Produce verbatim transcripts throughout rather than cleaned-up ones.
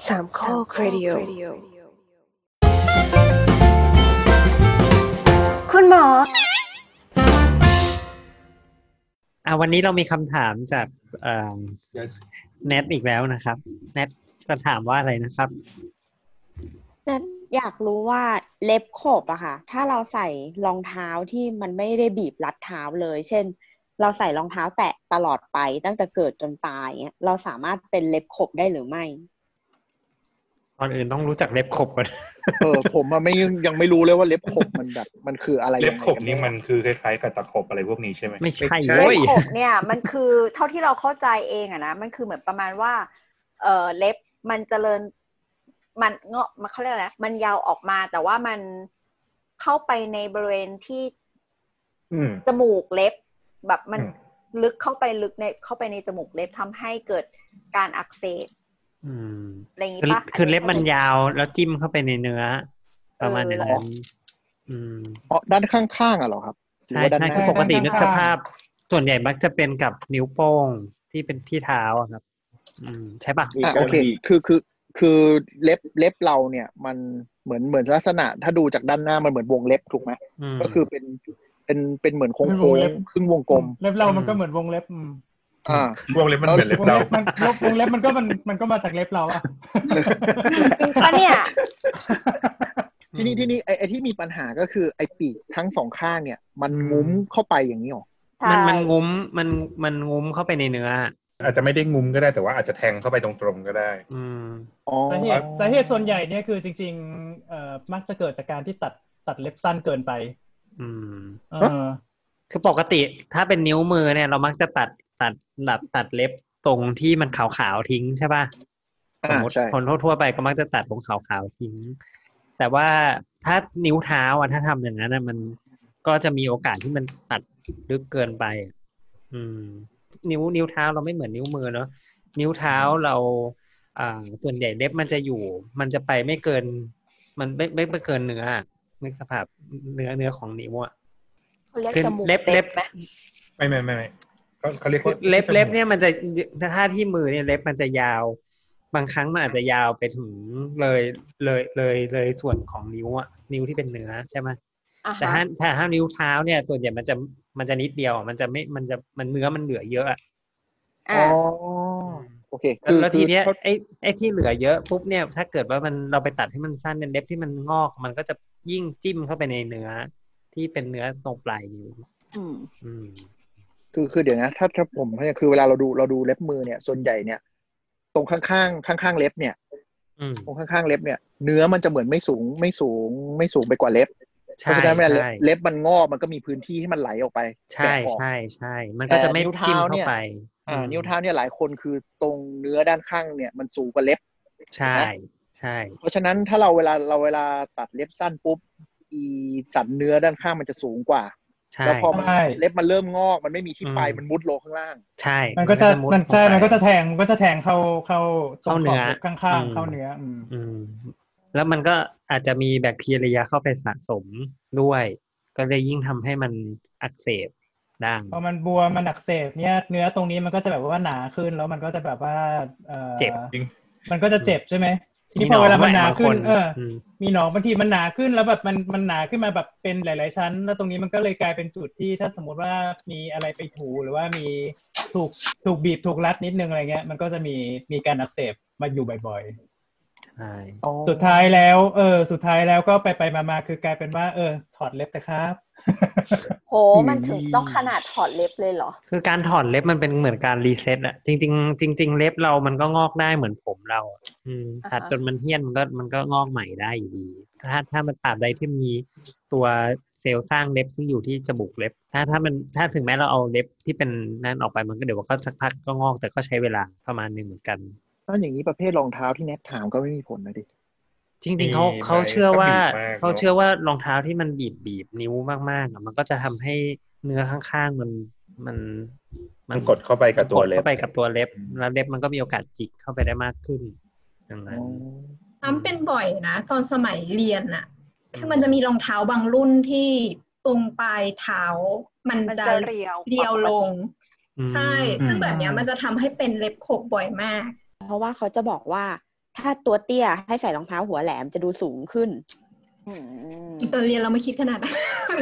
สามข้อครดิโอคุณหมออ่ะวันนี้เรามีคำถามจากเอ่อเน็ตอีกแล้วนะครับเน็ตจะถามว่าอะไรนะครับเน็ตอยากรู้ว่าเล็บขบอะค่ะถ้าเราใส่รองเท้าที่มันไม่ได้บีบรัดเท้าเลยเช่นเราใส่รองเท้าแตะตลอดไปตั้งแต่เกิดจนตายเงี้ยเราสามารถเป็นเล็บขบได้หรือไม่ก่อนอื่นต้องรู้จักเล็บขบก่อนเออผมอะไม่ยังไม่รู้เลยว่าเล็บขบมันแบบมันคืออะไรเล็บขบนี่มันคือคล้ายๆกับตะขบอะไรพวกนี้ใช่ไหมไม่ใช่เล็บขบเนี่ยมันคือเท่าที่เราเข้าใจเองอะนะมันคือเหมือนประมาณว่าเออเล็บมันเจริญมันเงาะมันเขาเรียกอะไรมันยาวออกมาแต่ว่ามันเข้าไปในบริเวณที่จมูกเล็บแบบมันลึกเข้าไปลึกในเข้าไปในจมูกเล็บทำให้เกิดการอักเสบอะไรอย่างนี้ปะคือเล็บมันยาวแล้วจิ้มเข้าไปในเนื้อประมาณนั้นอืมอ๋อด้านข้างๆอ่ะเหรอครับใช่ใช่คือปกตินึกสภาพส่วนใหญ่มักจะเป็นกับนิ้วโป้งที่เป็นที่เท้าอะครับอืมใช่ป่ะอ่าโอเคคือคือคือเล็บเล็บเราเนี่ยมันเหมือนเหมือนลักษณะถ้าดูจากด้านหน้ามันเหมือนวงเล็บถูกไหมก็คือเป็นเป็นเป็นเหมือนโค้งโค้งครึ่งวงกลมเล็บเรามันก็เหมือนวงเล็บอ่าวงเล็บมันเหมือนเล็บเรามันวงเล็บมันก็มันมันก็มาจากเล็บเราอ่ะจริงปะเนี่ยที่นี่ที่นี่ไอ้ไอ้ที่มีปัญหาก็คือไอ้ปีกทั้งสองข้างเนี่ยมันงุ้มเข้าไปอย่างนี้หรอมันมันงุ้มมันมันงุ้มเข้าไปในเนื้ออาจจะไม่ได้งุ้มก็ได้แต่ว่าอาจจะแทงเข้าไปตรงๆก็ได้อืมสาเหตุสาเหตุส่วนใหญ่เนี่ยคือจริงๆเอ่อมักจะเกิดจากการที่ตัดตัดเล็บสั้นเกินไปอืมเออคือปกติถ้าเป็นนิ้วมือเนี่ยเรามักจะตัดตัดหลับตัดเล็บตรงที่มันขาวๆทิ้งใช่ป่ะสมมติคนทั่วๆไปก็มักจะตัดตรงขาวๆทิ้งแต่ว่าถ้านิ้วเท้าอ่ะถ้าทำอย่างนั้นนะมันก็จะมีโอกาสที่มันตัดลึกเกินไปอืมนิ้วนิ้วเท้าเราไม่เหมือนนิ้วมือเนาะนิ้วเท้าเราอ่าส่วนใหญ่เล็บมันจะอยู่มันจะไปไม่เกินมันไม่ไม่ไม่เกินเนื้อนึกสภาพเนื้อเนื้อของนิ้วอ่ะคือเล็บเล็บไหมไม่ไม่ไม่เขาเขาเรียกเล็บเล็บเนี่ยมันจะถ้าที่มือเนี่ยเล็บมันจะยาวบางครั้งมันอาจจะยาวไปถึงเลยเลยเลยเลยส่วนของนิ้วอ่ะนิ้วที่เป็นเนื้อใช่ไหมแต่ถ้าถ้าถ้านิ้วเท้าเนี่ยส่วนใหญ่มันจะมันจะนิดเดียวมันจะไม่มันจะมันเนื้อมันเหลือเยอะอ่ะอ๋อโอเคแล้วทีเนี้ยไอ้ไอ้ที่เหลือเยอะปุ๊บเนี่ยถ้าเกิดว่ามันเราไปตัดให้มันสั้นเป็นเล็บที่มันงอกมันก็จะยิ่งจิ้มเข้าไปในเนื้อที่เป็นเนื้อตรงปลายนิ้วอืมอืมคือคือเดี๋ยวนะถ้าถ้าผมคือเวลาเราดูเราดูเล็บมือเนี่ยส่วนใหญ่เนี่ยตรงข้างๆข้างๆเล็บเนี่ยตรงข้างๆเล็บเนี่ยเนื้อมันจะเหมือนไม่สูงไม่สูงไม่สูงไปกว่าเล็บเพราะฉะนั้นเวลาเล็บมันงอกมันก็มีพื้นที่ให้มันไหลออกไปใช่ใช่ใช่มันก็จะไม่จิ้มเข้าไปอ่านิ้วเท้าเนี่ยหลายคนคือตรงเนื้อด้านข้างเนี่ยมันสูงกว่าเล็บใช่ใช่เพราะฉะนั้นถ้าเราเวลาเราเวลาตัดเล็บสั้นปุ๊บอีสันเนื้อด้านข้างมันจะสูงกว่าแล้วพอมันเล็บมันเริ่มงอกมันไม่มีที่ไปมันมุดลงข้างล่างใช่มันก็จะมันใช่มันก็จะแทงมันก็จะแทงเข้าเข้าเข้าเนื้อข้างๆเข้าเนื้ออืมแล้วมันก็อาจจะมีแบคทีเรียเข้าไปสะสมด้วยก็เลยยิ่งทำให้มันอักเสบได้พอมันบวมมันอักเสบเนี่ยเนื้อตรงนี้มันก็จะแบบว่าหนาขึ้นแล้วมันก็จะแบบว่าเจ็บมันก็จะเจ็บใช่ไหมทีนี้พอเวลามันหนาขึ้นเออมีหนองบางทีมันหนาขึ้นแล้วแบบมันมันหนาขึ้นมาแบบเป็นหลายๆชั้นแล้วตรงนี้มันก็เลยกลายเป็นจุดที่ถ้าสมมติว่ามีอะไรไปถูหรือว่ามีถูกถูกบีบถูกรัดนิดนึงอะไรเงี้ยมันก็จะมีมีการอักเสบมาอยู่บ่อยๆใช่สุดท้ายแล้วเออสุดท้ายแล้วก็ไปไปมาๆคือกลายเป็นว่าเออถอดเล็บแต่ครับโหมันถึงต้องขนาดถอดเล็บเลยเหรอคือการถอดเล็บมันเป็นเหมือนการรีเซ็ตอะจริงๆจริงๆเล็บเรามันก็งอกได้เหมือนผมเราอืมตัดจนมันเหี้ยนมันก็มันก็งอกใหม่ได้อยู่ดีถ้าถ้ามันตัดใดที่มีตัวเซลล์สร้างเล็บที่อยู่ที่จมูกเล็บถ้าถ้ามันถ้าถึงแม้เราเอาเล็บที่เป็นนั่นออกไปมันก็เดี๋ยวก็สักพักก็งอกแต่ก็ใช้เวลาประมาณนึงเหมือนกันถ้าอย่างนี้ประเภทรองเท้าที่แนทถามก็ไม่มีผลนะดิจริงๆเขาเขาเชื่อว่าเขาเชื่อว่ารองเท้าที่มันบีบบีบนิ้วมากๆอ่ะมันก็จะทำให้เนื้อข้างๆมันมันมันกดเข้าไปกับตัวเล็บเข้าไปกับตัวเล็บแล้วเล็บมันก็มีโอกาสจิกเข้าไปได้มากขึ้นดังนั้นทำเป็นบ่อยนะตอนสมัยเรียนน่ะคือมันจะมีรองเท้าบางรุ่นที่ตรงปลายเท้ามันจะเรียวลงใช่ซึ่งแบบนี้มันจะทำให้เป็นเล็บขบบ่อยมากเพราะว่าเขาจะบอกว่าถ้าตัวเตี้ยให้ใส่รองเท้าหัวแหลมจะดูสูงขึ้นตอนเรียนเราไม่คิดขนาดนั้น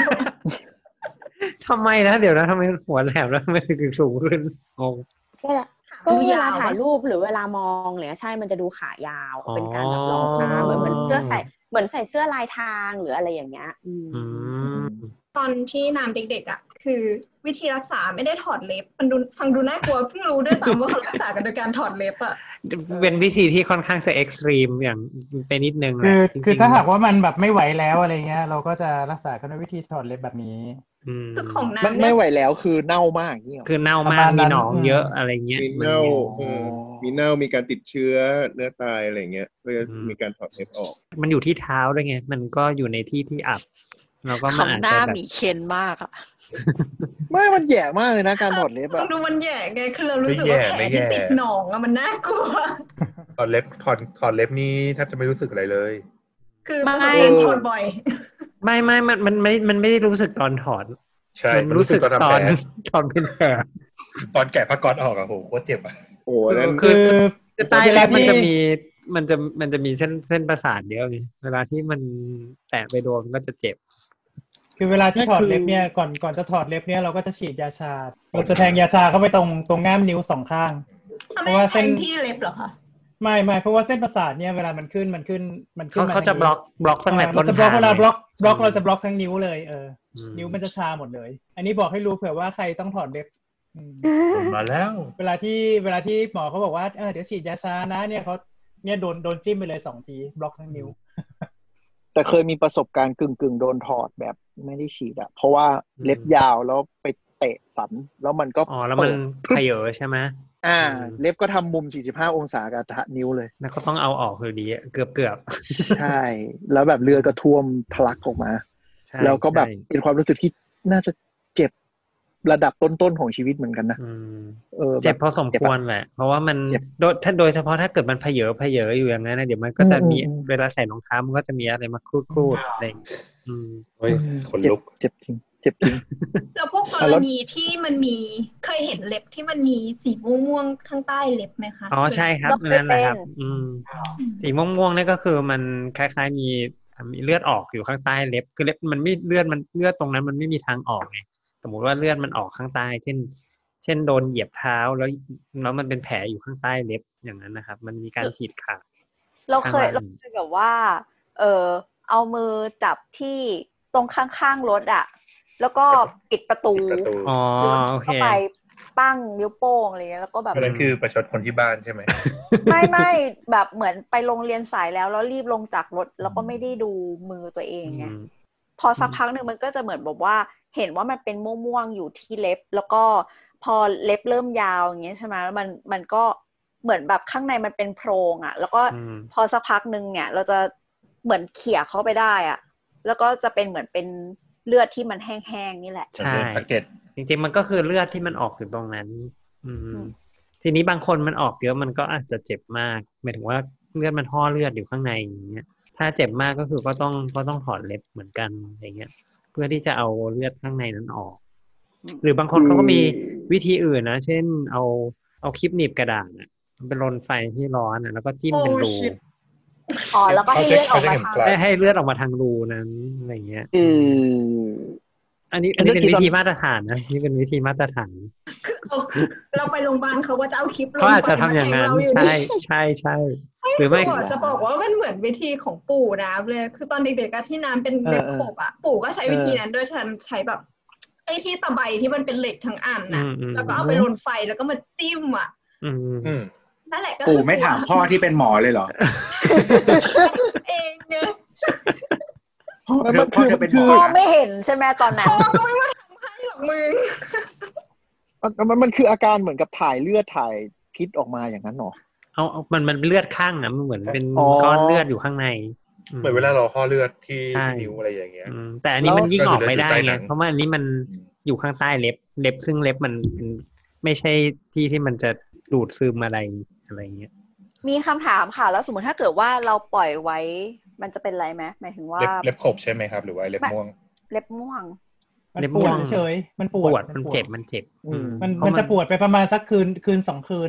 ทำไมนะเดี๋ยวนะทำไมหัวแหลมแล้วไม่ถึงสูงขึ้นงงก็ก็เวลาถ่ายรูปหรือเวลามองเนี่ยใช่มันจะดูขายาวเป็นการแบบรองเท้าเหมือนเหมือนเสื้อใส่เหมือนใส่เสื้อลายทางหรืออะไรอย่างเงี้ยตอนที่น้ำเด็กๆอ่ะคือวิธีรักษาไม่ได้ถอดเล็บมันดูฟังดูน่ากลัวเพิ่งรู้ด้วยตามว่าเขารักษากันโดยการถอดเล็บอ่ะเป็นวิธีที่ค่อนข้างจะเอ็กซ์ตรีมอย่างไปนิดนึงแหละคือคือถ้าหากว่ามันแบบไม่ไหวแล้วอะไรเงี้ยเราก็จะรักษากันด้วยวิธีถอดเล็บแบบนี้คือของน้ำไม่ไหวแล้วคือเน่ามากนี่คือเน่ามากมีหนองเยอะอะไรเงี้ยมีเน่ามีเน่ามีการติดเชื้อเนื้อตายอะไรเงี้ยก็จะมีการถอดเล็บออกมันอยู่ที่เท้าด้วยไงมันก็อยู่ในที่ที่อับเราก็มันอาจจะหน้ามีเค้นมากอ่ะไม่มันแย่มากเลยนะการถอดเล็บอะดูมันแย่ไงคือเรารู้สึกว่าแผลที่ติดหนองอะมันน่ากลัวถอดเล็บถอดถอดเล็บนี่แทบจะไม่รู้สึกอะไรเลยคือประสบการณ์ถอดบ่อยไม่ไม่มันมันไม่มันไม่ได้รู้สึกตอนถอดใช่มันรู้สึกตอนตอนเป็นแผลตอนแกะผ้าก๊อซออกอะโหโคตรเจ็บอะโอ้นั่นคือใต้เล็บมันจะมีมันจะมันจะมีเส้นเส้นประสาทเยอะไงเวลาที่มันแตะไปโดนก็จะเจ็บคือเวลาที่ถอดเล็บเนี่ยก่อนก่อนจะถอดเล็บเนี่ยเราก็จะฉีดยาชาเราจะแทงยาชาเข้าไปตรงตรงง่ามนิ้วสองข้างเพราะว่าเส้นที่เล็บเหรอคะไม่ไม่เพราะว่าเส้นประสาทเนี่ยเวลามันขึ้นมันขึ้นมันขึ้นเขาจะบล็อกบล็อกตั้งแต่ต้นทางเราจะบล็อกเวลาบล็อกบล็อกเราจะบล็อกทั้งนิ้วเลยเออนิ้วมันจะชาหมดเลยอันนี้บอกให้รู้เผื่อว่าใครต้องถอดเล็บมาแล้วเวลาที่เวลาที่หมอเขาบอกว่าเออเดี๋ยวฉีดยาชานะเนี่ยเขาเนี่ยโดนโดนจิ้มไปเลยสองทีบล็อกทั้งนิ้วแต่เคยมีประสบการณ์กึ่งกึ่งโดนถอดแบบไม่ได้ฉีดอะเพราะว่าเล็บยาวแล้วไปเตะสันแล้วมันก็อ๋อแล้วมันเผยใช่ไหมอ่าเล็บก็ทำมุมสี่สิบห้าองศากับนิ้วเลยแล้วก็ต้องเอาออกเลยดีเกือบเกือบใช่แล้วแบบเลือดก็ท่วมทะลักออกมาแล้วก็แบบเป็นความรู้สึกที่น่าจะเจ็บระดับต้นๆของชีวิตเหมือนกันนะเออเจ็บพอสมควรแหละเพราะว่ามันโดยถ้าโดยเฉพาะถ้าเกิดมันเผยเผยอยู่อย่างนั้นนะเดี๋ยวมันก็จะมีเวลาใส่รองเท้ามันก็จะมีอะไรมาครูดๆอะไรอืมโอ้ยขนลุกเจ็บจริงเจ็บจริงแล้วพวกกรณีที่มันมีเคยเห็นเล็บที่มันมีสีม่วงๆข้างใต้เล็บไหมคะอ๋อใช่ครับนั่นแหละครับอืมสีม่วงๆนี่ก็คือมันคล้ายๆมีมีเลือดออกอยู่ข้างใต้เล็บคือเล็บมันไม่เลือดมันเลือดตรงนั้นมันไม่มีทางออกไงสมมติว่าเลือดมันออกข้างใต้เช่นเช่นโดนเหยียบเท้าแล้วแล้วมันเป็นแผลอยู่ข้างใต้เล็บอย่างนั้นนะครับมันมีการฉีดขาดเราเคยเราเคยแบบว่าเออเอามือจับที่ตรงข้างๆรถอ่ะแล้วก็ปิดประตูอ๋อโอเคเข้าไปปั้งนิ้วโป้งอะไรเงี้ยแล้วก็แบบนั่นคือประชดคนที่บ้านใช่ไหมไม่ไม่แบบเหมือนไปโรงเรียนสายแล้วแล้วรีบลงจากรถแล้วก็ไม่ได้ดูมือตัวเองไงพอสักพักหนึ่งมันก็จะเหมือนบอกว่าเห็นว่ามันเป็นม่วงๆอยู่ที่เล็บแล้วก็พอเล็บเริ่มยาวอย่างเงี้ยใช่ไหมมันมันก็เหมือนแบบข้างในมันเป็นโพรงอ่ะแล้วก็พอสักพักหนึ่งเนี่ยเราจะเหมือนเขี่ยเข้าไปได้อ่ะแล้วก็จะเป็นเหมือนเป็นเลือดที่มันแห้งๆนี่แหละใช่จริงๆมันก็คือเลือดที่มันออกอยู่ตรงนั้นอืมทีนี้บางคนมันออกเยอะมันก็อาจจะเจ็บมากหมายถึงว่าเลือดมันห่อเลือดอยู่ข้างในอย่างเงี้ยถ้าเจ็บมากก็คือก็ต้องก็ต้องถอดเล็บเหมือนกันอะไรเงี้ยเพื่อที่จะเอาเลือดข้างในนั้นออกหรือบางคนเขาก็มีวิธีอื่นนะเช่นเอาเอาคลิปหนีบกระดาษอ่ะเป็นรนไฟที่ร้อนอ่ะแล้วก็จิ้มเป็นรูอ๋อแล้วก็ให้เลือดออกมาให้ให้เลือดออกมาทางรูนั้นอะไรเงี้ยอืมอันนี้อันนี้เป็นวิธีมาตรฐานนะนี่เป็นวิธีมาตรฐานเราไปโรงพยาบาลเขาก็จะเอาคลิปลงเขาอาจจะทำอย่างนั้นใช่ใช่ใช่หรือไม่จะบอกว่ามันเหมือนวิธีของปู่นะเลยคือตอนเด็กๆที่น้ำเป็นเล็บขบอ่ะปู่ก็ใช้วิธีนั้นด้วยฉันใช้แบบไอ้ที่ตะไบที่มันเป็นเหล็กทั้งอันนะแล้วก็เอาไปรนไฟแล้วก็มาจิ้มอ่ะนั่นแหละก็ปู่ไม่ถามพ่อที่เป็นหมอเลยเหรอเองเนี่ยพ่อพ่อจะเป็นหมอไม่เห็นใช่ไหมตอนนั้นพ่อก็ไม่มาทำให้หรอกมึงมันมันคืออาการเหมือนกับถ่ายเลือดถ่ายพิษออกมาอย่างนั้นหรอเอามันมันเลือดข้างนะมันเหมือนเป็นก้อนเลือดอยู่ข้างในเหมือนเวลาเราห่อเลือดที่นิ้วอะไรอย่างเงี้ยแต่อันนี้มันยิ่งออกไม่ได้ไงเพราะว่าอันนี้มันอยู่ข้างใต้เล็บเล็บซึ่งเล็บมันไม่ใช่ที่ที่มันจะดูดซึมอะไรอะไรเงี้ยมีคำถามค่ะแล้วสมมติถ้าเกิดว่าเราปล่อยไว้มันจะเป็นไรไหมหมายถึงว่าเล็บขบใช่ไหมครับหรือว่าเล็บม่วงเล็บม่วงมันปวดเฉยๆมันปวดมันเจ็บมันเจ็บมันมันจะปวดไปประมาณสักคืนคืนสองคืนอ่ะ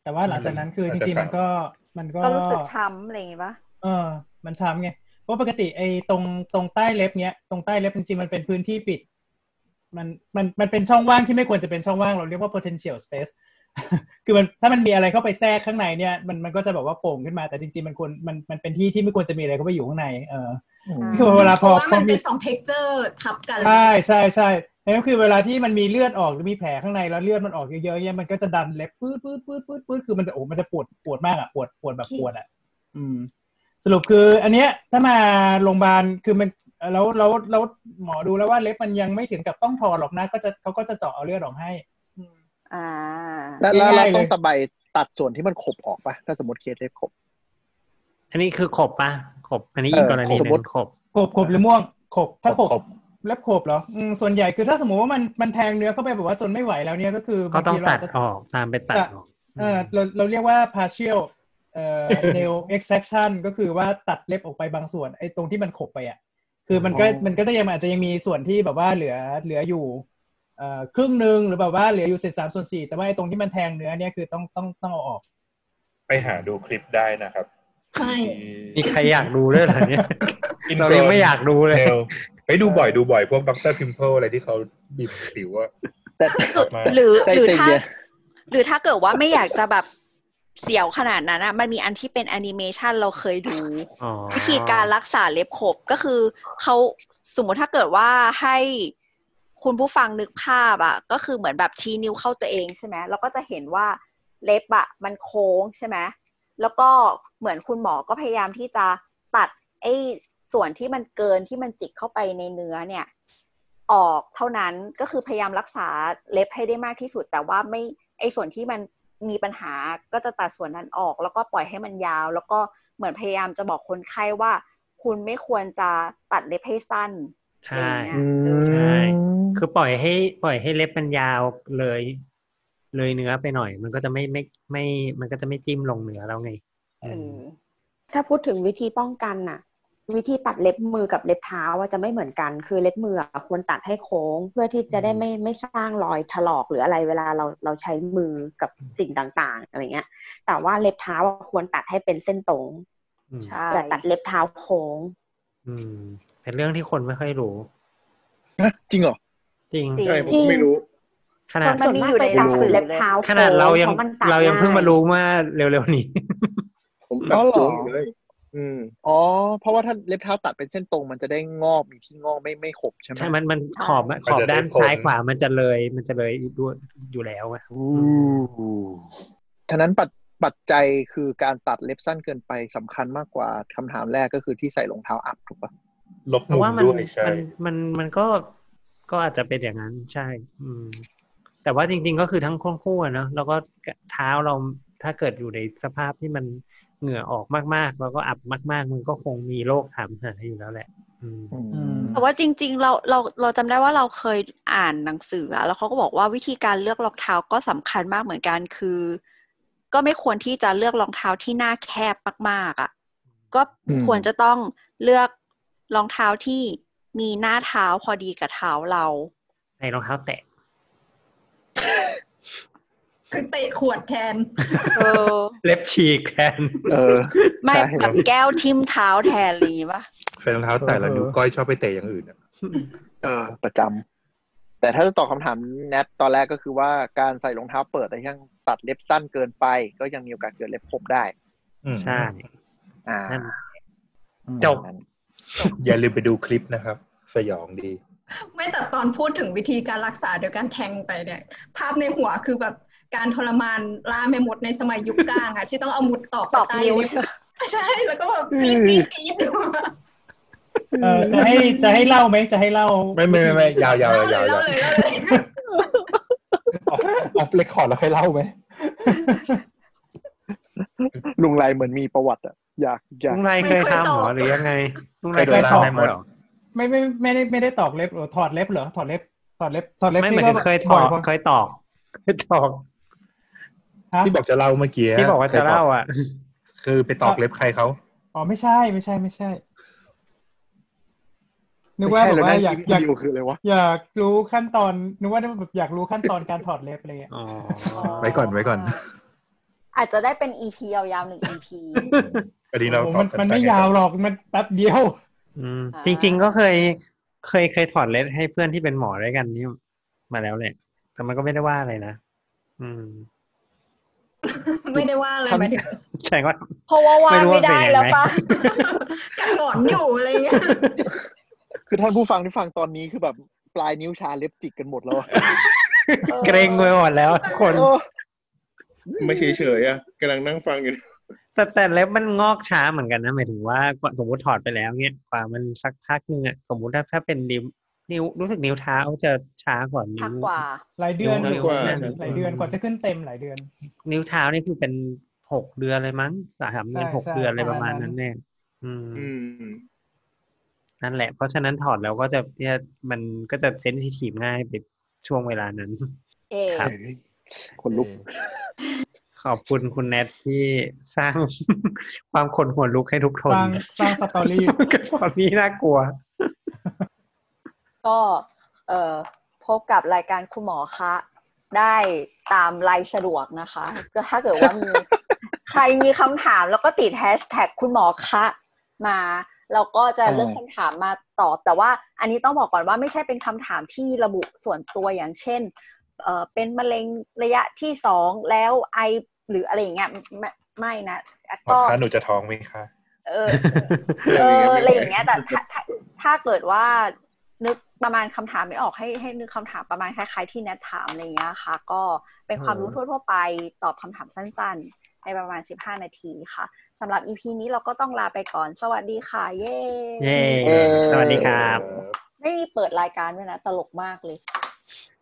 แต่ว่าหลังจากนั้นคือจริงๆมันก็มันก็ก็รู้สึกช้ำอะไรอย่างงี้ป่ะเออมันช้ำไงเพราะปกติไอ้ตรงตรงใต้เล็บเนี้ยตรงใต้เล็บจริงๆมันเป็นพื้นที่ปิดมันมันมันเป็นช่องว่างที่ไม่ควรจะเป็นช่องว่างเราเรียกว่า potential space คือมันถ้ามันมีอะไรเข้าไปแทรกข้างในเนี่ยมันมันก็จะแบบว่าโป่งขึ้นมาแต่จริงๆมันควรมันมันเป็นที่ที่ไม่ควรจะมีอะไรเข้าไปอยู่ข้างในเออคือเวลาพอพอมันเป็นสอง texture ทับกันใช่ใช่ใช่นั่นก็คือเวลาที่มันมีเลือดออกหรือมีแผลข้างในแล้วเลือดมันออกเยอะๆเนี่ยมันก็จะดันเล็บปื๊ดปื๊ดปื๊ดปื๊ดปื๊ดคือมันจะโอ้มันจะปวดปวดมากอ่ะปวดปวดแบบปวดอ่ะอืมสรุปคืออันเนี้ยถ้ามาโรงพยาบาลคือมันแล้วแล้วแล้วหมอดูแล้วว่าเล็บมันยังไม่ถึงกับต้องถอดหรอกนะก็จะเขาก็จะเจาะเอาเลือดออกให้อ่าแล้วแล้วเราต้องตะไบตัดส่วนที่มันขบออกป่ะถ้าสมมติเคสเล็บขบอันนี้คือขบป่ะขบอันนี้อีกกรณีนึงขบขบขบหรือม่วงขบถ้าขบเล็บขบเหรออืมส่วนใหญ่คือถ้าสมมติว่ามันมันแทงเนื้อเข้าไปแบบว่าจนไม่ไหวแล้วเนี่ยก็คือก็ต้องตัดออกตามไปตัดออกเออเราเราเรียกว่า partial เอ่อ nail extraction ก็คือว่าตัดเล็บออกไปบางส่วนไอ้ตรงที่มันขบไปอ่ะคือมันก็มันก็จะยังอาจจะยังมีส่วนที่แบบว่าเหลือเหลืออยู่เอ่อครึ่งนึงหรือแบบว่าเหลืออยู่เศษสามส่วนสี่แต่ว่าไอ้ตรงที่มันแทงเนื้อเนี่ยคือต้องต้องต้องเอาออกไปหาดูคลิปได้นะครับใช่มีใครอยากดูด้วยเหรอเนี่ยเรายังไม่อยากดูเลยไปดูบ่อยดูบ่อยพวกด็อกเตอร์พิมเพิลอะไรที่เขาบีบสิวว่าหรือหรือถ้าหรือถ้าเกิดว่าไม่อยากจะแบบเสียวขนาดนั้นนะมันมีอันที่เป็นแอนิเมชันเราเคยดูวิธีการรักษาเล็บขบก็คือเขาสมมติถ้าเกิดว่าให้คุณผู้ฟังนึกภาพอ่ะก็คือเหมือนแบบชี้นิ้วเข้าตัวเองใช่ไหมแล้วก็จะเห็นว่าเล็บอ่ะมันโค้งใช่ไหมแล้วก็เหมือนคุณหมอก็พยายามที่จะตัดไอ้ส่วนที่มันเกินที่มันจิกเข้าไปในเนื้อเนี่ยออกเท่านั้นก็คือพยายามรักษาเล็บให้ได้มากที่สุดแต่ว่าไม่ไอ้ส่วนที่มันมีปัญหาก็จะตัดส่วนนั้นออกแล้วก็ปล่อยให้มันยาวแล้วก็เหมือนพยายามจะบอกคนไข้ว่าคุณไม่ควรจะตัดเล็บให้สั้นใช่ใช่คือปล่อยให้ปล่อยให้เล็บมันยาวเลยเลยเนื้อไปหน่อยมันก็จะไม่ไม่ไม่มันก็จะไม่จิ้มลงเนื้อแล้วไงถ้าพูดถึงวิธีป้องกันน่ะวิธีตัดเล็บมือกับเล็บเท้าว่าจะไม่เหมือนกันคือเล็บมือควรตัดให้โค้งเพื่อที่จะได้ไม่ไม่สร้างรอยถลอกหรืออะไรเวลาเราเราใช้มือกับสิ่งต่างๆอะไรเงี้ยแต่ว่าเล็บเท้าควรตัดให้เป็นเส้นตรงแต่ตัดเล็บเท้าโค้งอืมเป็นเรื่องที่คนไม่ค่อยรู้จริงเหรอจริงใช่ผมก็ไม่รู้ขนาดมันมีอยู่ในหนังสือเล็บเท้าขนาดเรายังเรายังเพิ่งมารู้เมื่อเร็วๆนี้ผมก็หลงเลยอืมอ๋อเพราะว่าถ้าเล็บเท้าตัดเป็นเส้นตรงมันจะได้งอกมีที่งอกไม่ไม่ขบใช่ไหมใช่มันมันขอบขอบด้านซ้ายขวามันจะเลยมันจะเลยด้วยอยู่แล้วอ่ะฉะนั้นปัจปัจจัยคือการตัดเล็บสั้นเกินไปสำคัญมากกว่าคำถามแรกก็คือที่ใส่รองเท้าอัพถูกปะลบมุมด้วยใช่มันมันมันก็ก็อาจจะเป็นอย่างนั้นใช่อืมแต่ว่าจริงๆก็คือทั้งคู่ๆเนาะแล้วก็เท้าเราถ้าเกิดอยู่ในสภาพที่มันเหงื่อออกมากๆแล้วก็อับมากๆมันก็คงมีโรคถามหาอยู่แล้วแหละแต่ว่าจริงๆเราเราเราจำได้ว่าเราเคยอ่านหนังสือแล้วเขาก็บอกว่าวิธีการเลือกรองเท้าก็สำคัญมากเหมือนกันคือก็ไม่ควรที่จะเลือกรองเท้าที่หน้าแคบมากๆอ่ะก็ควรจะต้องเลือกรองเท้าที่มีหน้าเท้าพอดีกับเท้าเราในรองเท้าแตะคือเตะขวดแทนเออเล็บฉีกแทนเออไม่แบบแก้วทิ่มเท้าแทนอะไรอย่างงี้ป่ะใส่รองเท้าแตะแล้วนิ้วก้อยชอบไปเตะอย่างอื่นอ่ะเออประจำแต่ถ้าจะตอบคำถามแนทตอนแรกก็คือว่าการใส่รองเท้าเปิดแต่ยังตัดเล็บสั้นเกินไปก็ยังมีโอกาสเกิดเล็บขบได้ใช่อ่าจบอย่าลืมไปดูคลิปนะครับสยองดีไม่แต่ตอนพูดถึงวิธีการรักษาโดยการแทงไปเนี่ยภาพในหัวคือแบบการทรมานล่าแม่มดในสมัยยุคกลางอะที่ต้องเอามุดตอกตอกนิ้วใช่แล้วก็แบบปี๊ดปี๊ดปี๊ดเออจะให้จะให้เล่าไหมจะให้เล่าไม่ไม่ไม่ยาวยาวยาวยาวเล่าเลยเล่าเลยออฟเรคคอร์ดแล้วค่อยเล่าไหมลุงไรเหมือนมีประวัติอะอยากอยากลุงไรเคยทำหรอหรือยังไงลุงไรเคยถอดไหมไม่ไม่ไม่ได้ไม่ได้ตอกเล็บหรอถอดเล็บเหรอถอดเล็บถอดเล็บถอดเล็บไม่เหมือนเคยถอดเคยตอกเคยตอกที่บอกจะเล่าเมื่อกี้ที่บอกว่าจะเล่าอ่ะคือไปตอกเล็บใครเขาอ๋อไม่ใช่ไม่ใช่ไม่ใช่นึกว่าแบบว่าอยากอยากคืออะไรวะอยากรู้ขั้นตอนนึกว่าแบบอยากรู้ขั้นตอนการถอดเล็บอะไรอย่างเงี้ยอ๋อไว้ก่อนไว้ก่อนอาจจะได้เป็น อี พี ยาวๆหนึ่ง อี พีอันนี้เราตอบมันมันไม่ยาวหรอกมันแป๊บเดียวอืมจริงๆก็เคยเคยเคยถอดเล็บให้เพื่อนที่เป็นหมอด้วยกันนี่มาแล้วแหละแต่มันก็ไม่ได้ว่าอะไรนะอืมไม่ได้ว่าอะไรหมายถึงใช่ว่าเพราะว่าว่าไม่ได้แล้วปะกัดหงอนอยู่อะไรเงี้ยคือท่านผู้ฟังที่ฟังตอนนี้คือแบบปลายนิ้วชาเล็บจิกกันหมดแล้วเกรงไปหมดแล้วคนไม่เฉยๆอ่ะกำลังนั่งฟังอยู่แต่แต่เล็บมันงอกช้าเหมือนกันนะหมายถึงว่าสมมติถอดไปแล้วเนี่ยกว่ามันสักพักนึงอ่ะสมมติถ้าถ้าเป็นนิ้วนิ้วรู้สึกนิ้วเท้าจะช้ากว่านิ้วกว่าหลายเดือนหลายเดือนกว่าจะขึ้นเต็มหลายเดือนนิ้วเท้านี่คือเป็นหกเดือนเลยมั้งสามเดือนหกเดือนอะไรประมาณนั้นแน่อืมนั่นแหละเพราะฉะนั้นถอดแล้วก็จะเนี่ยมันก็จะเซนซิทีฟง่ายไปช่วงเวลานั้นครับคนลุกขอบคุณคุณแนทที่สร้างความขนหัวลุกให้ทุกคนสร้างสร้างสตอรี่ตอนนี้น่ากลัวก็เอ่อพบกับรายการคุณหมอคะได้ตามไลน์สะดวกนะคะก็ถ้าเกิดว่ามีใครมีคำถามแล้วก็ติดแฮชแท็กคุณหมอคะมาเราก็จะเลือกคำถามมาตอบแต่ว่าอันนี้ต้องบอกก่อนว่าไม่ใช่เป็นคำถามที่ระบุส่วนตัวอย่างเช่นเอ่อเป็นมะเร็งระยะที่สองแล้วไอหรืออะไรอย่างเงี้ยไม่ไม่นะก็หนูจะท้องไหมคะเออเอออะไรอย่างเงี้ยแต่ถ้าถ้าถ้าเกิดว่านึกประมาณคำถามไม่ออกให้ให้นึกคำถามประมาณคล้ายๆที่แนทถามอะไรอย่างเงี้ยค่ะก็เป็นความรู้ทั่วๆไปตอบคำถามสั้นๆในประมาณสิบห้านาทีค่ะสำหรับ อี พี นี้เราก็ต้องลาไปก่อนสวัสดีค่ะเย้เย้สวัสดีครับไม่มีเปิดรายการด้วยนะตลกมากเลย